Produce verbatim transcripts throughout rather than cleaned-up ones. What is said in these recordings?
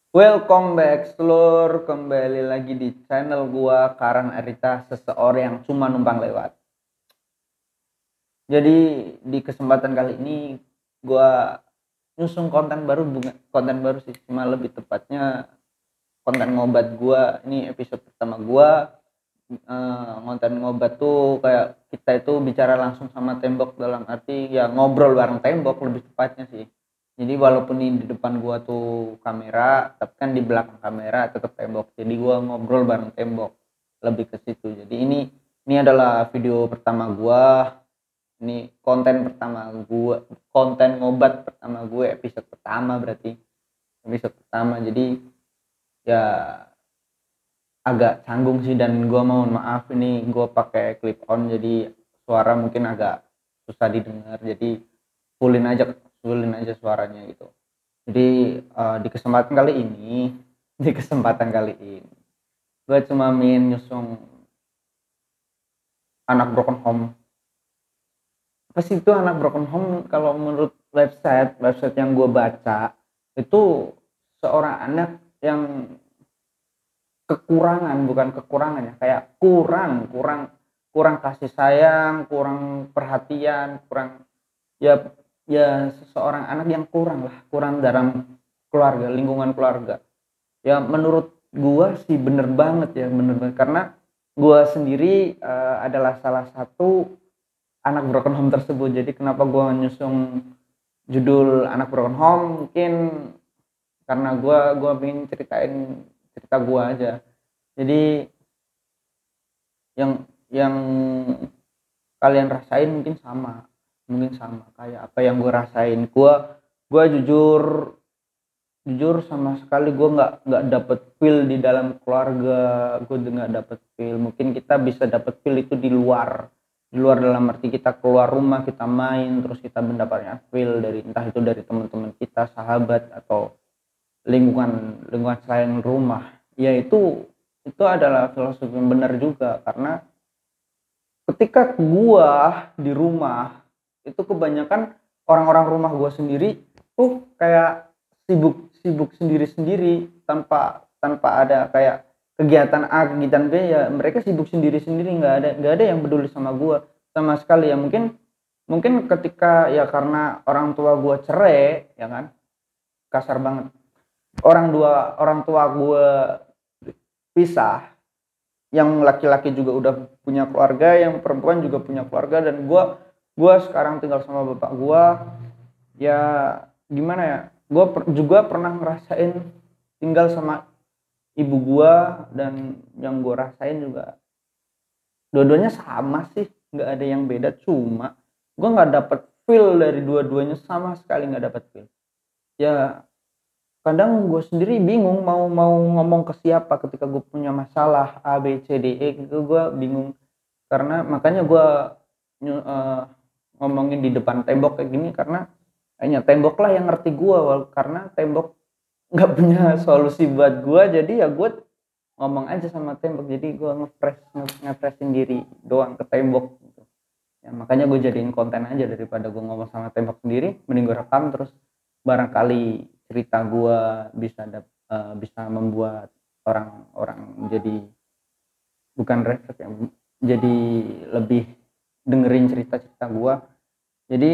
Welcome back seluruh, kembali lagi di channel gua Karan Arita, seseorang yang cuma numpang lewat. Jadi di kesempatan kali ini gua nyusun konten baru, bunga konten baru sih, cuma lebih tepatnya konten ngobat gua. Ini episode pertama gua. Eh, konten ngobat tuh kayak kita itu bicara langsung sama tembok, dalam arti ya ngobrol bareng tembok lebih tepatnya sih. Jadi walaupun ini di depan gua tuh kamera, tapi kan di belakang kamera tetap tembok. Jadi gua ngobrol bareng tembok, lebih ke situ. Jadi ini ini adalah video pertama gua. Ini konten pertama gua, konten ngobat pertama gue, episode pertama berarti. Episode pertama. Jadi ya agak canggung sih, dan gua mohon maaf, ini gua pakai clip on jadi suara mungkin agak susah didengar. Jadi fullin aja fullin aja suaranya gitu. Jadi uh, di kesempatan kali ini di kesempatan kali ini gue cuma ingin nyusung anak broken home. Apa sih itu anak broken home? Kalau menurut website website yang gue baca, itu seorang anak yang kekurangan, bukan kekurangan ya, kayak kurang kurang kurang kasih sayang, kurang perhatian, kurang ya ya seseorang anak yang kurang lah, kurang dalam keluarga, lingkungan keluarga. Ya menurut gua sih bener banget ya, bener banget, karena gua sendiri uh, adalah salah satu anak broken home tersebut. Jadi kenapa gua nyusung judul anak broken home, mungkin karena gua gua pengen ceritain cerita gua aja. Jadi yang yang kalian rasain mungkin sama mungkin sama kayak apa yang gue rasain. Gua gua jujur jujur sama sekali gue nggak nggak dapet feel di dalam keluarga. Gue nggak dapet feel. Mungkin kita bisa dapet feel itu di luar di luar dalam arti kita keluar rumah, kita main, terus kita mendapatkan feel dari, entah itu dari teman-teman kita, sahabat, atau lingkungan lingkungan selain rumah. Ya itu itu adalah filosofi yang benar juga, karena ketika gua di rumah itu kebanyakan orang-orang rumah gua sendiri tuh kayak sibuk sibuk sendiri-sendiri, tanpa tanpa ada kayak kegiatan A kegiatan B. Ya mereka sibuk sendiri-sendiri, nggak ada nggak ada yang peduli sama gua sama sekali. Ya mungkin mungkin ketika, ya karena orang tua gua cerai, ya kan, kasar banget, orang dua orang tua gua pisah, yang laki-laki juga udah punya keluarga, yang perempuan juga punya keluarga, dan gua gua sekarang tinggal sama bapak gua. Ya gimana ya, gua per, juga pernah ngerasain tinggal sama ibu gua, dan yang gua rasain juga dua-duanya sama sih, nggak ada yang beda, cuma gua nggak dapet feel dari dua-duanya, sama sekali nggak dapet feel. Ya kadang gue sendiri bingung mau mau ngomong ke siapa ketika gue punya masalah A B C D E gitu. Gue bingung, karena makanya gue uh, ngomongin di depan tembok kayak gini, karena hanya tembok lah yang ngerti gue, karena tembok nggak punya solusi buat gue. Jadi ya gue ngomong aja sama tembok, jadi gue ngefresh ngefreshin diri doang ke tembok gitu. Ya makanya gue jadiin konten aja, daripada gue ngomong sama tembok sendiri, mending gue rekam, terus barangkali cerita gue bisa dap, uh, bisa membuat orang-orang jadi bukan refleks ya, jadi lebih dengerin cerita-cerita gue. Jadi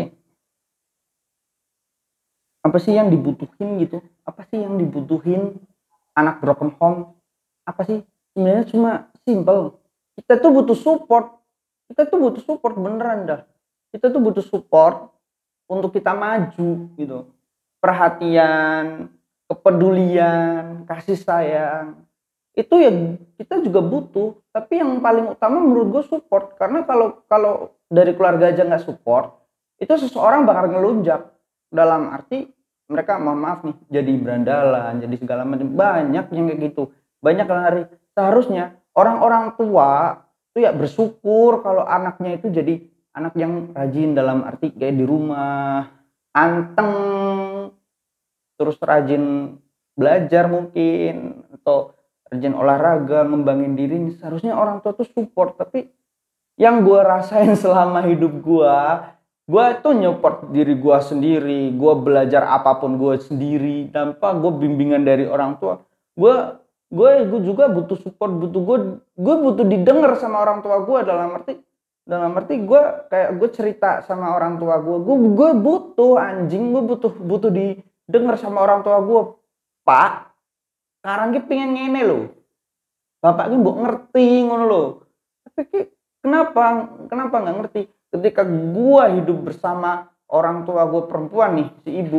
apa sih yang dibutuhin gitu, apa sih yang dibutuhin anak broken home? Apa sih sebenarnya? Cuma simple, kita tuh butuh support. Kita tuh butuh support beneran dah. Kita tuh butuh support untuk kita maju gitu. Perhatian, kepedulian, kasih sayang, itu ya kita juga butuh. Tapi yang paling utama menurut gue support, karena kalau kalau dari keluarga aja nggak support, itu seseorang bakal ngelunjak, dalam arti mereka, mohon maaf nih, jadi berandalan, jadi segala macam, banyak yang kayak gitu, banyak lari. Seharusnya orang-orang tua itu ya bersyukur kalau anaknya itu jadi anak yang rajin, dalam arti kayak di rumah anteng, terus rajin belajar mungkin, atau rajin olahraga, ngembangin diri. Seharusnya orang tua tuh support. Tapi yang gue rasain selama hidup gue, Gue tuh nyupport diri gue sendiri, gue belajar apapun gue sendiri tanpa gue bimbingan dari orang tua. Gue gue gue juga butuh support, butuh gue gue butuh didengar sama orang tua gue, dalam arti dalam arti gue kayak gue cerita sama orang tua gue, gue gue butuh anjing, gue butuh butuh didengar sama orang tua gue. Pak, sekarang ki pengen ngene lho. Bapak ki mbok ngerti ngono lho. Tapi ki kenapa kenapa nggak ngerti? Ketika gua hidup bersama orang tua gua perempuan nih, si ibu.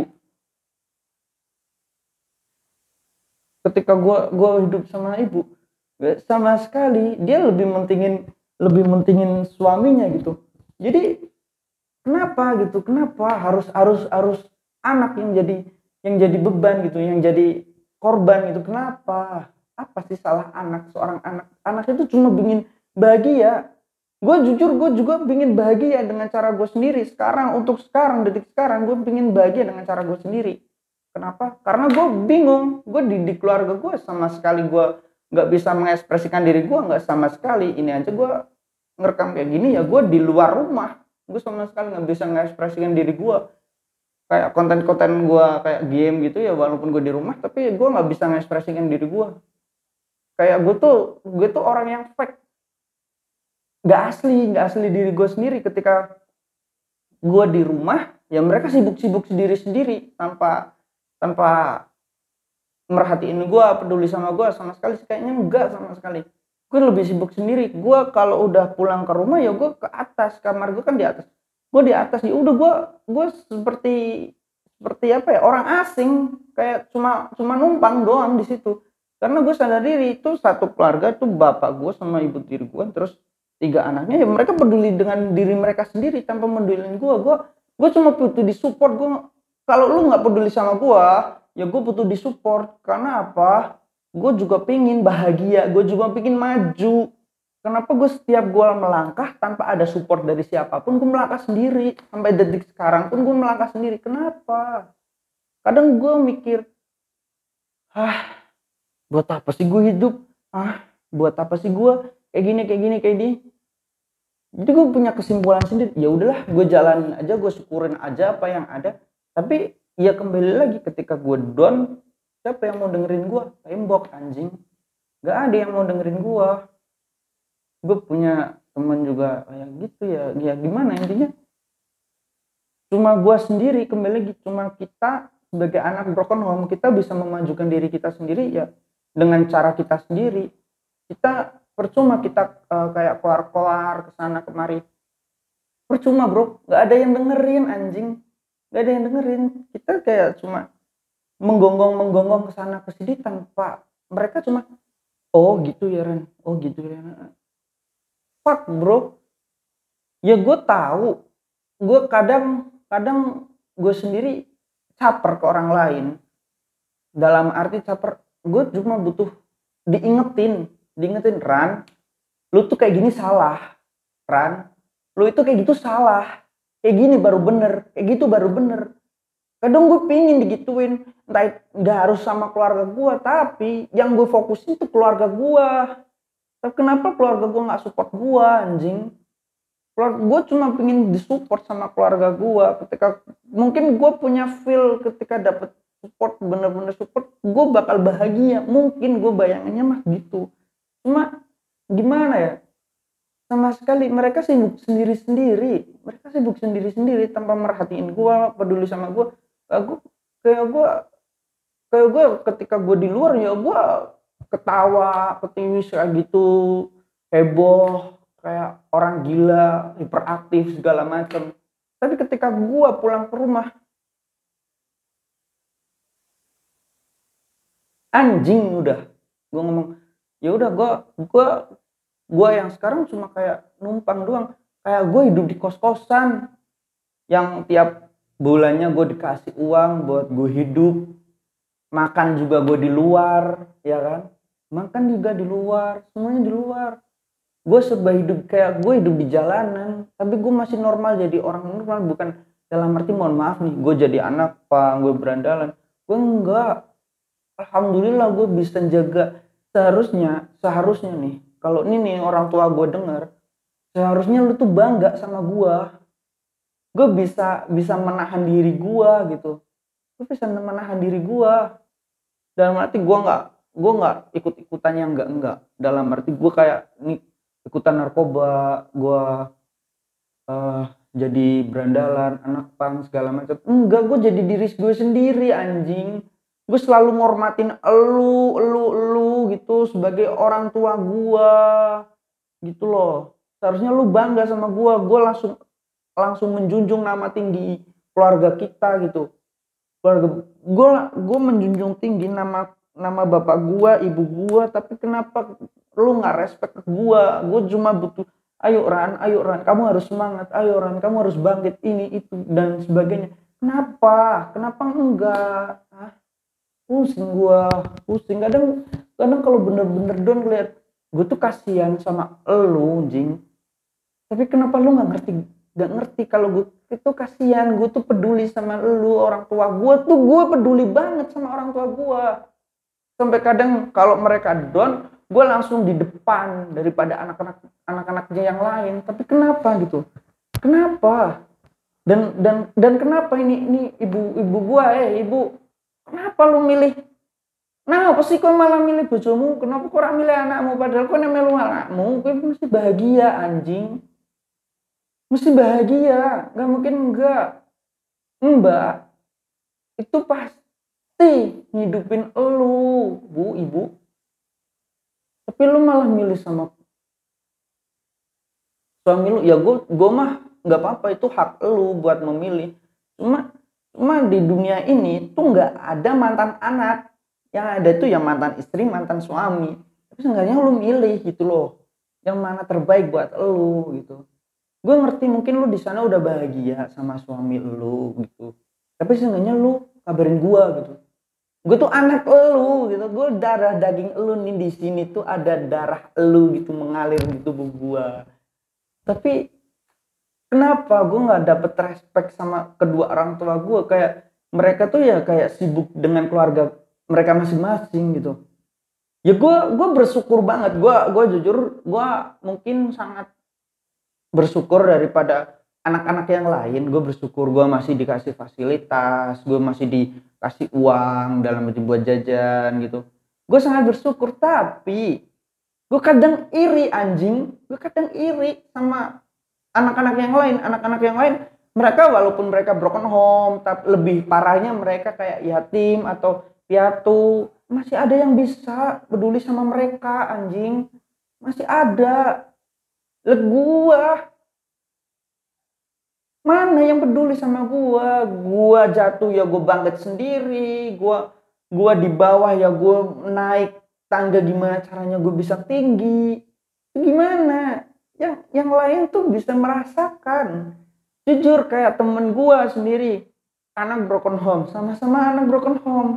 Ketika gua gua hidup sama ibu, nggak sama sekali dia lebih mentingin lebih mentingin suaminya gitu. Jadi kenapa gitu? Kenapa harus harus harus anak yang jadi yang jadi beban gitu, yang jadi korban gitu? Kenapa? Apa sih salah anak, seorang anak? Anak itu cuma ingin bahagia. Gue jujur, gue juga pingin bahagia dengan cara gue sendiri. Sekarang, untuk sekarang, detik sekarang, gue pingin bahagia dengan cara gue sendiri. Kenapa? Karena gue bingung. Gue di, di keluarga gue sama sekali gue nggak bisa mengekspresikan diri gue, nggak sama sekali. Ini aja gue ngerekam kayak gini ya, gue di luar rumah. Gue sama sekali nggak bisa mengekspresikan diri gue. Kayak konten-konten gue kayak game gitu ya, walaupun gue di rumah, tapi gue nggak bisa mengekspresikan diri gue. Kayak gue tuh, gue tuh orang yang fake. Nggak asli, nggak asli diri gue sendiri. Ketika gue di rumah, ya mereka sibuk-sibuk sendiri-sendiri tanpa tanpa merhatiin gue, peduli sama gue sama sekali. Kayaknya enggak sama sekali. Gue lebih sibuk sendiri. Gue kalau udah pulang ke rumah ya gue ke atas, kamar gue kan di atas. Gue di atas ya udah gue gue seperti seperti apa ya, orang asing, kayak cuma cuma numpang doang di situ. Karena gue sadar diri itu satu keluarga tuh, bapak gue sama ibu tiri gue, terus tiga anaknya, ya mereka peduli dengan diri mereka sendiri tanpa pedulin gue. Gue gue cuma butuh disupport. Gue, kalau lu nggak peduli sama gue, ya gue butuh disupport. Karena apa? Gue juga pingin bahagia, gue juga pingin maju. Kenapa gue setiap gue melangkah tanpa ada support dari siapapun, gue melangkah sendiri. Sampai detik sekarang pun gue melangkah sendiri. Kenapa? Kadang gue mikir, ah, buat apa sih gue hidup? Ah, buat apa sih gue kayak gini kayak gini kayak gini? Jadi gue punya kesimpulan sendiri, ya udahlah, gue jalanin aja, gue syukurin aja apa yang ada. Tapi ya kembali lagi, ketika gue down, siapa yang mau dengerin gue? Tembok anjing, nggak ada yang mau dengerin gue. Gue punya teman juga kayak gitu ya, ya gimana intinya? Cuma gue sendiri, kembali lagi, cuma kita sebagai anak broken home, kita bisa memajukan diri kita sendiri ya dengan cara kita sendiri. Kita percuma kita uh, kayak keluar-keluar kesana kemari, percuma bro, nggak ada yang dengerin anjing, nggak ada yang dengerin. Kita kayak cuma menggonggong menggonggong kesana kesini tanpa mereka cuma oh gitu ya Ren, oh gitu ya. Fuck bro, ya gue tahu, gue kadang kadang gue sendiri caper ke orang lain, dalam arti caper, gue cuma butuh diingetin diingetin Ran, lu tuh kayak gini salah, Ran, lu itu kayak gitu salah, kayak gini baru bener, kayak gitu baru bener. Kadang gue pingin digituin, entah nggak harus sama keluarga gue, tapi yang gue fokusin tuh keluarga gue. Tapi kenapa keluarga gue nggak support gue anjing? Keluarga gue cuma pingin disupport sama keluarga gue. Ketika mungkin gue punya feel ketika dapet support, bener-bener support, gue bakal bahagia. Mungkin gue bayangannya mah gitu. Cuma gimana ya, sama sekali mereka sibuk sendiri-sendiri, mereka sibuk sendiri-sendiri tanpa merhatiin gue, peduli sama gue. Gue kayak gue kayak gue ketika gue di luar ya gue ketawa, ketiwis kayak gitu, heboh, kayak orang gila, hiperaktif segala macam. Tapi ketika gue pulang ke rumah, anjing udah, gue ngomong ya udah, gue gue gue yang sekarang cuma kayak numpang doang. Kayak gue hidup di kos-kosan yang tiap bulannya gue dikasih uang buat gue hidup, makan juga gue di luar, ya kan, makan juga di luar, semuanya di luar. Gue serba hidup kayak gue hidup di jalanan, tapi gue masih normal, jadi orang normal. Bukan dalam arti, mohon maaf nih, gue jadi anak apa gue berandalan, gue enggak. Alhamdulillah gue bisa jaga. Seharusnya, seharusnya nih, kalau ini nih orang tua gue denger, seharusnya lu tuh bangga sama gue. gue bisa bisa menahan diri gue gitu, gue bisa menahan diri gue dalam arti gue nggak gue nggak ikut-ikutan yang enggak enggak dalam arti gue kayak nih ikutan narkoba, gue uh, jadi berandalan, anak pang segala macam. Enggak, gue jadi diri gue sendiri anjing. Gue selalu ngormatin elu, elu, elu gitu sebagai orang tua gue, gitu loh. Seharusnya lu bangga sama gue. Gue langsung langsung menjunjung nama tinggi keluarga kita gitu. Keluarga gue, gue menjunjung tinggi nama nama bapak gue, ibu gue. Tapi kenapa lu nggak respect ke gue? Gue cuma butuh ayo Ran, ayo Ran, kamu harus semangat, ayo Ran, kamu harus bangkit, ini itu dan sebagainya. Kenapa? Kenapa enggak? Hah? Pusing gua, pusing. Kadang kadang kalau bener-bener don lihat gue tuh kasihan sama elu, anjing. Tapi kenapa lu nggak ngerti? Nggak ngerti kalau gue itu kasihan, gue tuh peduli sama lu, orang tua gue tuh gue peduli banget sama orang tua gue. Sampai kadang kalau mereka down, gue langsung di depan daripada anak-anak anak-anaknya yang lain. Tapi kenapa gitu? Kenapa? Dan dan dan kenapa ini ini ibu ibu gue eh ibu kenapa lu milih? Nah apa sih kok malah milih bojomu? Kenapa kok milih anakmu? Padahal kok melu anakmu, gue mesti bahagia anjing. Mesti bahagia, nggak mungkin enggak. Mbak, itu pasti ngidupin elu, bu, ibu. Tapi lu malah milih sama suami lu. Ya gue gue mah nggak apa-apa, itu hak lu buat memilih. Cuma cuma di dunia ini tuh nggak ada mantan anak. Yang ada tuh yang mantan istri, mantan suami. Tapi seenggaknya lu milih gitu loh. Yang mana terbaik buat lu gitu. Gue ngerti mungkin lu di sana udah bahagia sama suami lu gitu. Tapi seenggaknya lu kabarin gue gitu. Gue tuh anak elu gitu, gue darah daging elu nih, di sini tuh ada darah elu gitu mengalir di tubuh gue. Tapi kenapa gue nggak dapet respect sama kedua orang tua gue? Kayak mereka tuh ya kayak sibuk dengan keluarga mereka masing-masing gitu. Ya gue gue bersyukur banget, gue gue jujur gue mungkin sangat bersyukur daripada anak-anak yang lain. Gue bersyukur gue masih dikasih fasilitas, gue masih dikasih uang dalam arti buat jajan gitu. Gue sangat bersyukur, tapi gue kadang iri anjing, gue kadang iri sama anak-anak yang lain. Anak-anak yang lain mereka walaupun mereka broken home, tapi lebih parahnya mereka kayak yatim atau piatu, masih ada yang bisa peduli sama mereka anjing, masih ada. Lah gua mana yang peduli sama gua? Gua jatuh ya gua bangkit sendiri, gua gua di bawah ya gua naik tangga gimana caranya gua bisa tinggi. Gimana? Yang yang lain tuh bisa merasakan. Jujur kayak temen gua sendiri, anak broken home, sama-sama anak broken home.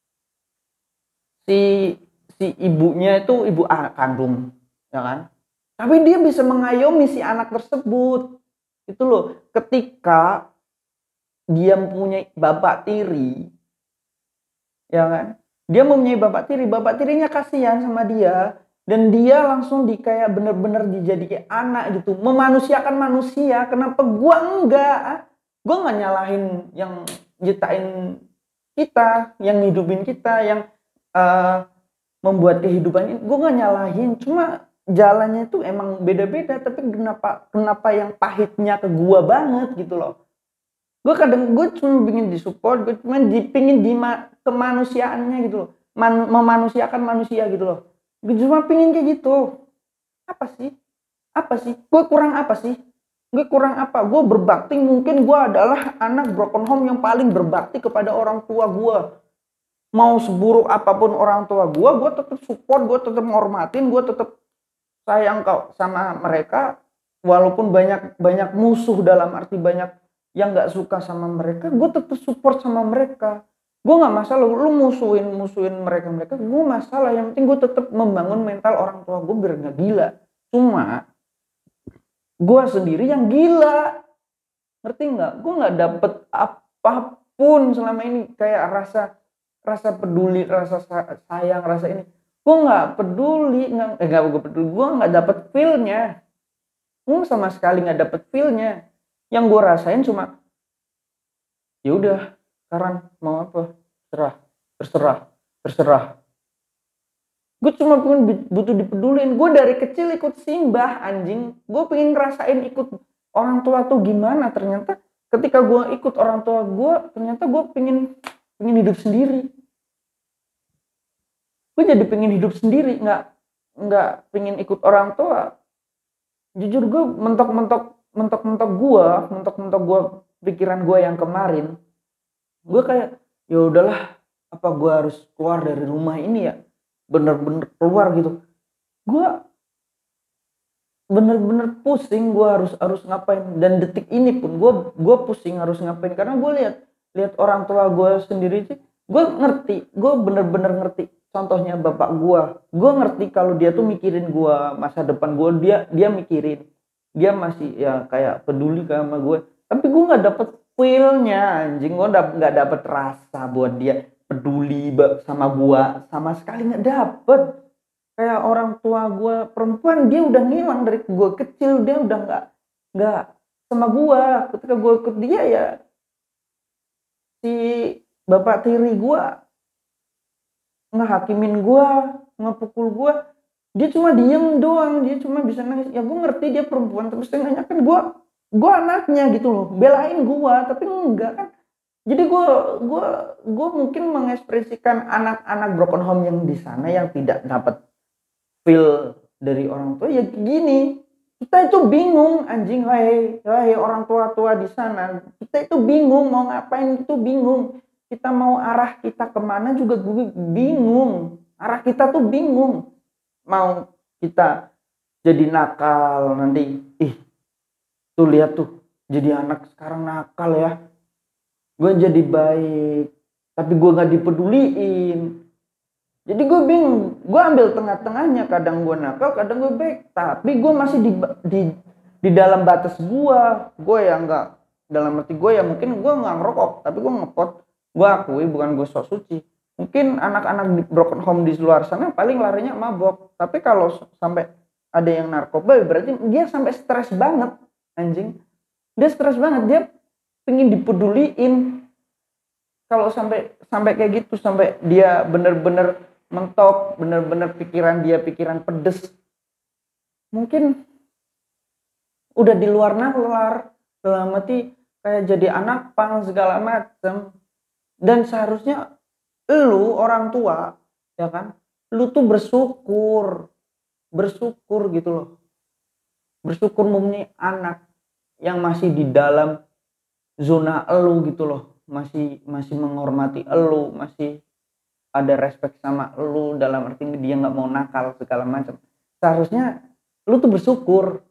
Si si ibunya itu ibu kandung, ya kan? Tapi dia bisa mengayomi si anak tersebut. Itu loh, ketika dia mempunyai bapak tiri, ya kan? Dia mempunyai bapak tiri, bapak tirinya kasihan sama dia, dan dia langsung di kayak bener-bener dijadikan anak gitu, memanusiakan manusia. Kenapa gua enggak? Gua nggak nyalahin yang nyiptain kita, yang hidupin kita, yang uh, membuat kehidupan ini. Gua nggak nyalahin, cuma jalannya itu emang beda-beda. Tapi kenapa kenapa yang pahitnya ke gua banget gitu loh. Gue kadang gue cuma ingin disupport, gue cuma dipingin di kemanusiaannya gitu loh, Man, memanusiakan manusia gitu loh. Gue cuma pingin kayak gitu. Apa sih? Apa sih? Gue kurang apa sih? Gue kurang apa? Gue berbakti, mungkin gue adalah anak broken home yang paling berbakti kepada orang tua gue. Mau seburuk apapun orang tua gue, gue tetap support, gue tetap menghormatin, gue tetap sayang kau sama mereka. Walaupun banyak banyak musuh, dalam arti banyak yang nggak suka sama mereka, gue tetap support sama mereka. Gue nggak masalah lu musuhin musuhin mereka mereka gue masalah, yang penting gue tetap membangun mental orang tua gue biar nggak gila. Cuma gue sendiri yang gila, ngerti nggak? Gue nggak dapet apapun selama ini, kayak rasa rasa peduli, rasa sayang, rasa ini gue nggak peduli, nggak eh, gue peduli, gue nggak dapet feelnya, gue sama sekali nggak dapet feelnya. Yang gue rasain cuma ya udah, sekarang mau apa? Terserah, terserah, terserah. Gue cuma pengen butuh dipedulin. Gue dari kecil ikut simbah anjing. Gue pengen ngerasain ikut orang tua tuh gimana. Ternyata ketika gue ikut orang tua gue, ternyata gue pengen pengen hidup sendiri. Gue jadi pengen hidup sendiri, nggak nggak pengen ikut orang tua. Jujur gue mentok-mentok mentok-mentok gue, mentok-mentok gue pikiran gue yang kemarin. Gue kayak ya udahlah, apa gue harus keluar dari rumah ini ya, bener-bener keluar gitu. Gue bener-bener pusing, gue harus harus ngapain, dan detik ini pun gue gue pusing harus ngapain karena gue lihat lihat orang tua gue sendiri sih. Gue ngerti, gue bener-bener ngerti. Contohnya bapak gue, gue ngerti kalau dia tuh mikirin gue, masa depan gue, dia dia mikirin, dia masih ya kayak peduli sama gue. Tapi gue nggak dapet feel-nya anjing, gue nggak dapet rasa buat dia peduli sama gue, sama sekali nggak dapet. Kayak orang tua gue perempuan, dia udah ngilang dari gue kecil, dia udah nggak nggak sama gue. Ketika gue ikut dia ya si bapak tiri gue ngehakimin gue, ngepukul gue, dia cuma diem doang, dia cuma bisa nangis. Ya gue ngerti dia perempuan, tapi setengahnya kan gue gue anaknya gitu loh, belain gue, tapi enggak kan. Jadi gue gue gue mungkin mengekspresikan anak-anak broken home yang di sana yang tidak dapat feel dari orang tua ya gini. Kita itu bingung anjing, hai hai orang tua-tua di sana, kita itu bingung mau ngapain, itu bingung. Kita mau arah kita kemana juga gue bingung. Arah kita tuh bingung. Mau kita jadi nakal nanti, ih tuh lihat tuh jadi anak sekarang nakal ya. Gue jadi baik, tapi gue nggak dipeduliin. Jadi gue bingung, gue ambil tengah-tengahnya, kadang gue nakal, kadang gue baik, tapi gue masih di di di dalam batas gue. Gue ya nggak, dalam arti gue ya mungkin gue nggak ngerokok, tapi gue ngepot. Gue akui, bukan gue sok suci. Mungkin anak-anak di broken home di luar sana paling larinya mabok, tapi kalau sampai ada yang narkoba berarti dia sampai stres banget anjing. Dia stres banget, dia pengen dipeduliin. Kalau sampai sampai kayak gitu, sampai dia bener-bener mentok, bener-bener pikiran dia pikiran pedes, mungkin udah di luar nalar, dalam arti kayak jadi anak pang segala macem. Dan seharusnya lu orang tua ya kan, lu tuh bersyukur bersyukur gitu loh, bersyukur mempunyai anak yang masih di dalam zona elu gitu loh, masih masih menghormati elu, masih ada respect sama elu, dalam arti dia nggak mau nakal segala macam. Seharusnya lu tuh bersyukur.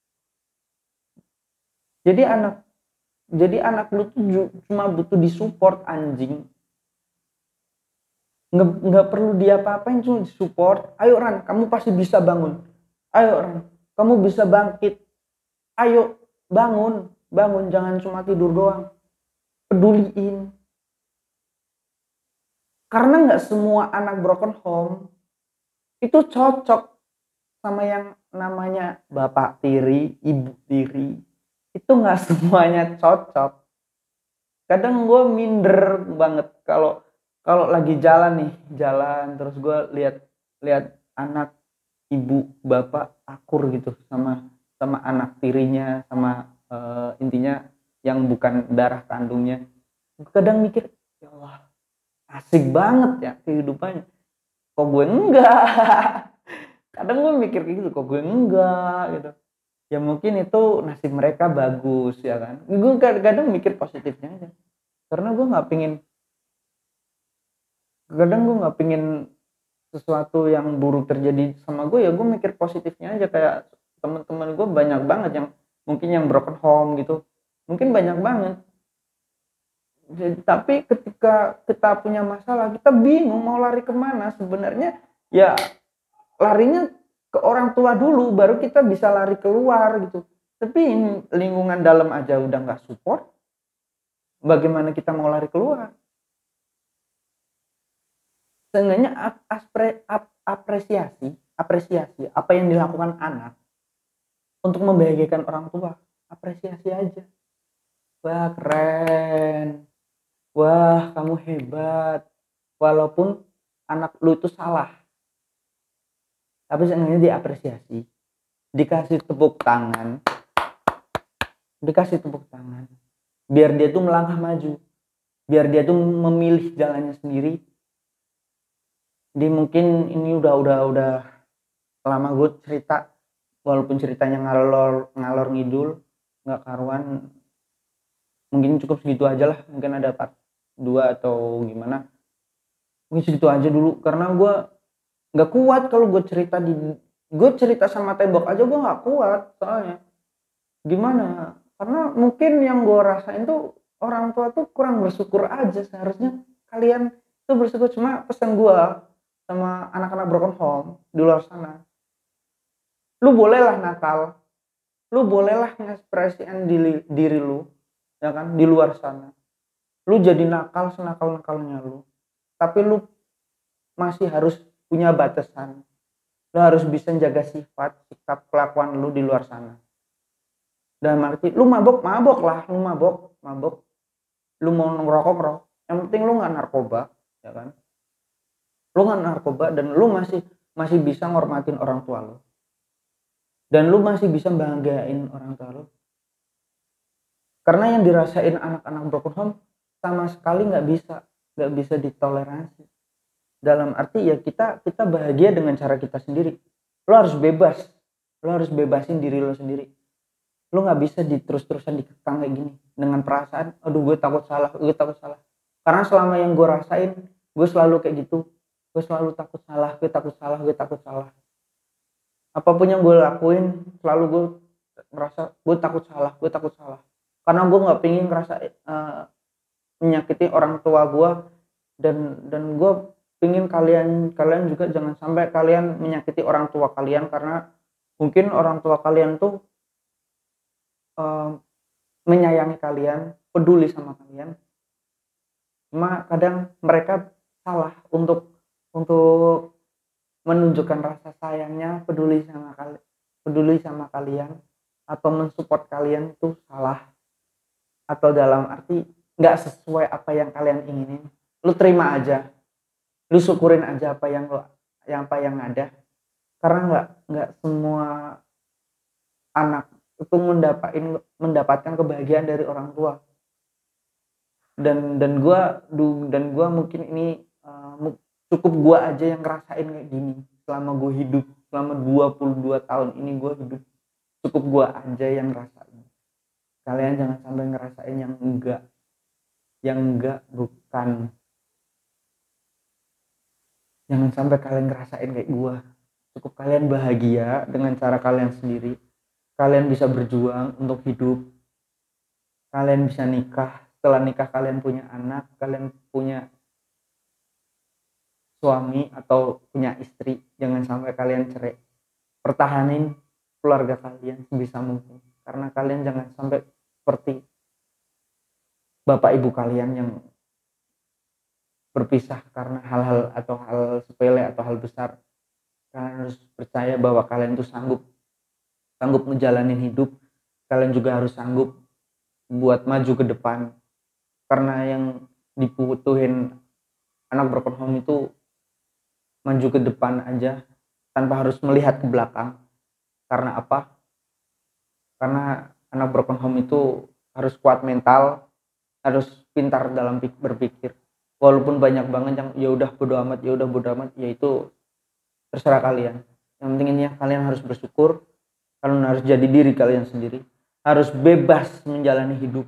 Jadi anak jadi anak lu tuh cuma butuh disupport anjing. Nggak, nggak perlu dia apa-apain, cuma disupport. Ayo Ran, kamu pasti bisa bangun. Ayo Ran, kamu bisa bangkit. Ayo bangun, bangun, jangan cuma tidur doang. Peduliin. Karena nggak semua anak broken home itu cocok sama yang namanya bapak tiri, ibu tiri. Itu nggak semuanya cocok. Kadang gue minder banget kalau kalau lagi jalan nih, jalan terus gue lihat lihat anak ibu bapak akur gitu sama sama anak tirinya, sama uh, intinya yang bukan darah kandungnya. Kadang mikir, ya Allah, asik banget ya kehidupannya. Kok gue enggak? Kadang gue mikir kayak gitu, kok gue enggak gitu. Ya mungkin itu nasib mereka bagus ya kan. Gue kadang-kadang mikir positifnya aja. Karena gue nggak pingin, kadang gue nggak pingin sesuatu yang buruk terjadi sama gue, ya gue mikir positifnya aja. Kayak teman-teman gue banyak banget yang mungkin yang broken home gitu, mungkin banyak banget. Jadi, tapi ketika kita punya masalah, kita bingung mau lari kemana. Sebenarnya ya larinya ke orang tua dulu, baru kita bisa lari keluar gitu. Tapi lingkungan dalam aja udah nggak support, bagaimana kita mau lari keluar? Seenggaknya apre, ap, apresiasi, apresiasi apa yang dilakukan anak untuk membahagiakan orang tua, apresiasi aja. wah keren, wah kamu hebat, walaupun anak lu itu salah, tapi seenggaknya diapresiasi, dikasih tepuk tangan, dikasih tepuk tangan, biar dia tuh melangkah maju, biar dia tuh memilih jalannya sendiri. Jadi mungkin ini udah udah udah lama gue cerita, walaupun ceritanya ngalor ngalor ngidul nggak karuan, mungkin cukup segitu aja lah, mungkin ada part dua atau gimana, mungkin segitu aja dulu karena gue nggak kuat kalau gue cerita di gue cerita sama tembok aja gue nggak kuat soalnya. Gimana, karena mungkin yang gue rasain tuh orang tua tuh kurang bersyukur aja, seharusnya kalian tuh bersyukur. Cuma pesan gue sama anak-anak broken home di luar sana, lu bolehlah nakal, lu bolehlah ngekspresiin diri, diri lu ya kan di luar sana, lu jadi nakal senakal-nakalnya lu, tapi lu masih harus punya batasan, lu harus bisa jaga sifat sikap kelakuan lu di luar sana. Dalam arti lu mabok mabok lah, lu mabok mabok, lu mau ngerokok ngerokok, yang penting lu nggak narkoba ya kan, lu nggak narkoba dan lu masih masih bisa ngormatin orang tua lu, dan lu masih bisa bahagiain orang tua lu. Karena yang dirasain anak-anak broken home sama sekali nggak bisa nggak bisa ditoleransi. Dalam arti ya kita kita bahagia dengan cara kita sendiri. Lo harus bebas, lo harus bebasin diri lo sendiri. Lo nggak bisa diterus-terusan dikekang kayak gini dengan perasaan aduh gue takut salah, gue takut salah. Karena selama yang gue rasain, gue selalu kayak gitu, gue selalu takut salah, gue takut salah, gue takut salah. Apapun yang gue lakuin selalu gue merasa gue takut salah, gue takut salah. Karena gue nggak pengen ngerasa uh, menyakiti orang tua gue, dan dan gue pengen kalian kalian juga jangan sampai kalian menyakiti orang tua kalian, karena mungkin orang tua kalian tuh uh, menyayangi kalian, peduli sama kalian, cuma kadang mereka salah untuk untuk menunjukkan rasa sayangnya, peduli sama kalian, peduli sama kalian atau mensupport kalian itu salah, atau dalam arti nggak sesuai apa yang kalian inginin. Lu terima aja, lu syukurin aja apa yang lo yang apa yang ada, karena nggak nggak semua anak itu mendapatkan mendapatkan kebahagiaan dari orang tua. Dan dan gue dan gue mungkin ini uh, cukup gue aja yang ngerasain kayak gini selama gue hidup, selama dua puluh dua tahun ini gue hidup, cukup gue aja yang ngerasain. Kalian jangan sampai ngerasain yang enggak, yang enggak bukan. Jangan sampai kalian ngerasain kayak gue. Cukup kalian bahagia dengan cara kalian sendiri. Kalian bisa berjuang untuk hidup. Kalian bisa nikah. Setelah nikah kalian punya anak, kalian punya suami atau punya istri. Jangan sampai kalian cerai. Pertahanin keluarga kalian sebisa mungkin. Karena kalian jangan sampai seperti bapak ibu kalian yang berpisah karena hal-hal atau hal sepele atau hal besar. Kalian harus percaya bahwa kalian itu sanggup sanggup menjalani hidup. Kalian juga harus sanggup buat maju ke depan, karena yang dibutuhin anak broken home itu maju ke depan aja tanpa harus melihat ke belakang. Karena apa? Karena anak broken home itu harus kuat mental, harus pintar dalam berpikir. Walaupun banyak banget yang ya udah bodo amat, ya udah bodo amat, ya itu terserah kalian. Yang penting ini ya, kalian harus bersyukur, kalian harus jadi diri kalian sendiri, harus bebas menjalani hidup.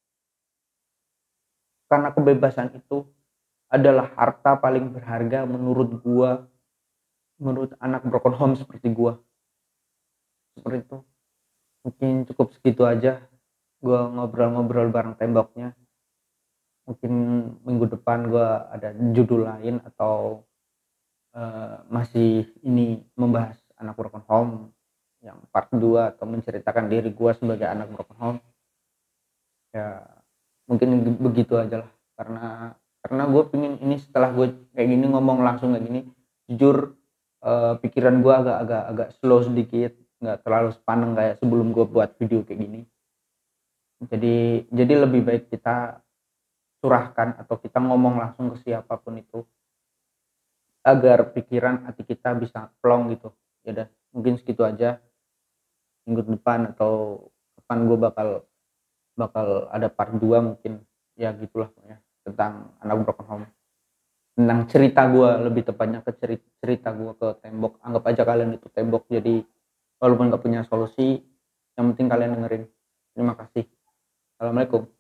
Karena kebebasan itu adalah harta paling berharga menurut gua, menurut anak broken home seperti gua. Seperti itu. Mungkin cukup segitu aja gua ngobrol-ngobrol bareng temboknya. Mungkin minggu depan gua ada judul lain atau uh, masih ini membahas anak broken home yang part dua atau menceritakan diri gua sebagai anak broken home. Ya mungkin begitu aja lah, karena karena gue pengen ini setelah gue kayak gini ngomong langsung kayak gini, jujur uh, pikiran gue agak agak agak slow sedikit, nggak terlalu sepaneng kayak sebelum gue buat video kayak gini. Jadi jadi lebih baik kita curahkan atau kita ngomong langsung ke siapapun itu, agar pikiran hati kita bisa plong gitu. Ya udah, mungkin segitu aja. Minggu depan atau kapan gue bakal bakal ada part dua mungkin, ya gitulah pokoknya, tentang anak broken home. Tentang cerita gue, lebih tepatnya ke ceri cerita gue ke tembok. Anggap aja kalian itu tembok, jadi walaupun nggak punya solusi, yang penting kalian dengerin. Terima kasih. Assalamualaikum.